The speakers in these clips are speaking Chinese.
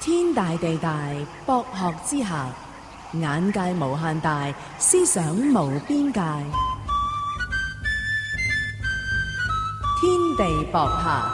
天大地大，博學之下，眼界無限大，思想無邊界。天地博客。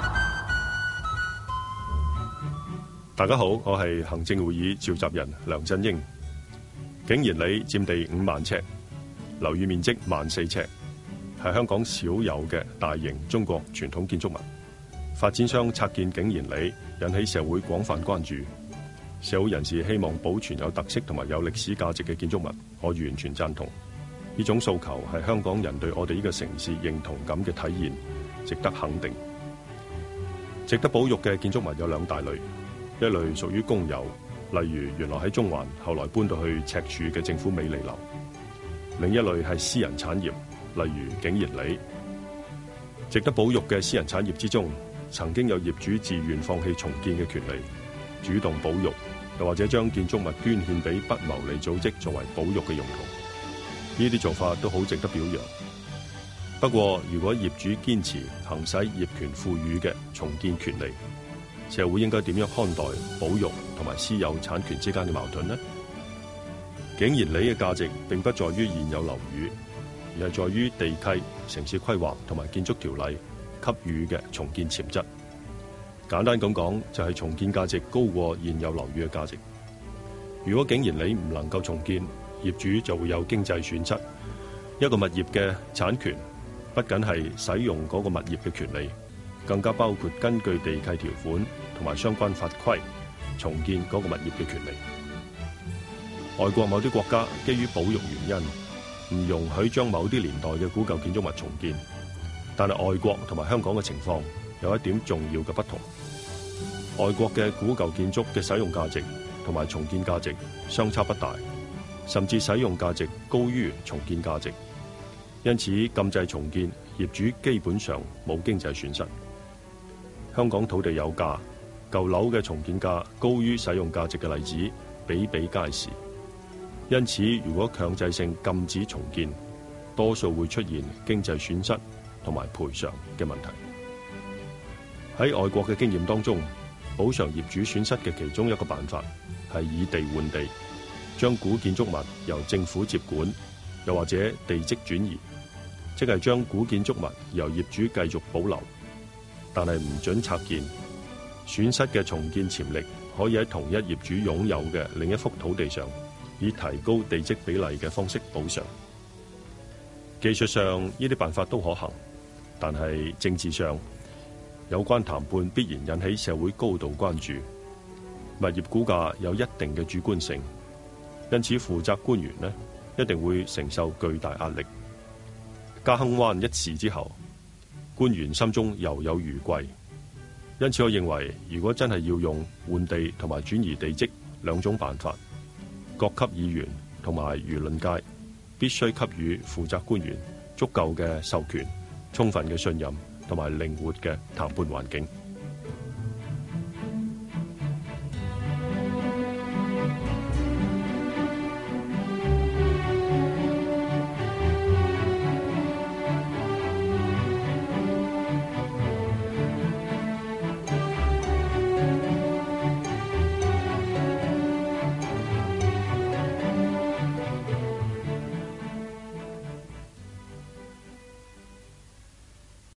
大家好，我係行政會議召集人梁振英。景賢里佔地5萬尺，樓宇面積14000尺，係香港少有嘅大型中國傳統建築物。發展商拆建景賢里，引起社會廣泛關注。社會人士希望保存有特色同埋有歷史價值嘅建築物，我完全贊同。呢種訴求係香港人對我哋呢個城市認同感嘅體現，值得肯定。值得保育嘅建築物有兩大類，一類屬於公有，例如原來喺中環，後來搬到去赤柱嘅政府美利樓；另一類係私人產業，例如景賢里。值得保育嘅私人產業之中，曾經有業主自願放棄重建嘅權利，主動保育，又或者將建築物捐獻俾不牟利組織作為保育嘅用途。呢啲做法都好值得表揚。不過，如果業主堅持行使業權賦予嘅重建權利，社會應該點樣看待保育同埋私有產權之間嘅矛盾呢？景賢里嘅價值並不在於現有樓宇，而係在於地契、城市規劃同埋建築條例給予嘅重建潛質。簡單咁講，就係重建價值高過現有樓宇嘅價值。如果景賢里唔能夠重建，業主就會有經濟損失。一個物業嘅產權不僅係使用嗰個物業嘅權利，更加包括根據地契條款同埋相關法規重建嗰個物業嘅權利。外國某啲國家基於保育原因，唔容許將某啲年代嘅古舊建築物重建，但係外國同埋香港嘅情況有一點重要嘅不同。外國嘅古舊建築嘅使用價值同埋重建價值相差不大，甚至使用價值高於重建價值，因此禁制重建，業主基本上冇經濟損失。香港土地有價，舊樓嘅重建價高於使用價值嘅例子比比皆是，因此如果強制性禁止重建，多數會出現經濟損失同埋賠償嘅問題。喺外國嘅經驗當中，補償業主損失嘅其中一個辦法係以地換地，將古建築物由政府接管，又或者地積轉移，即係將古建築物由業主繼續保留，但係唔准拆建。損失嘅重建潛力可以喺同一業主擁有嘅另一幅土地上，以提高地積比例嘅方式補償。技術上呢啲辦法都可行，但係政治上有關談判必然引起社會高度關注。物業估價有一定嘅主觀性，因此負責官員一定會承受巨大壓力。嘉亨灣一事之後，官員心中猶有餘悸，因此我認為，如果真係要用換地同埋轉移地積兩種辦法，各級議員同埋輿論界必須給予負責官員足夠嘅授權、充分嘅信任同埋靈活嘅談判環境。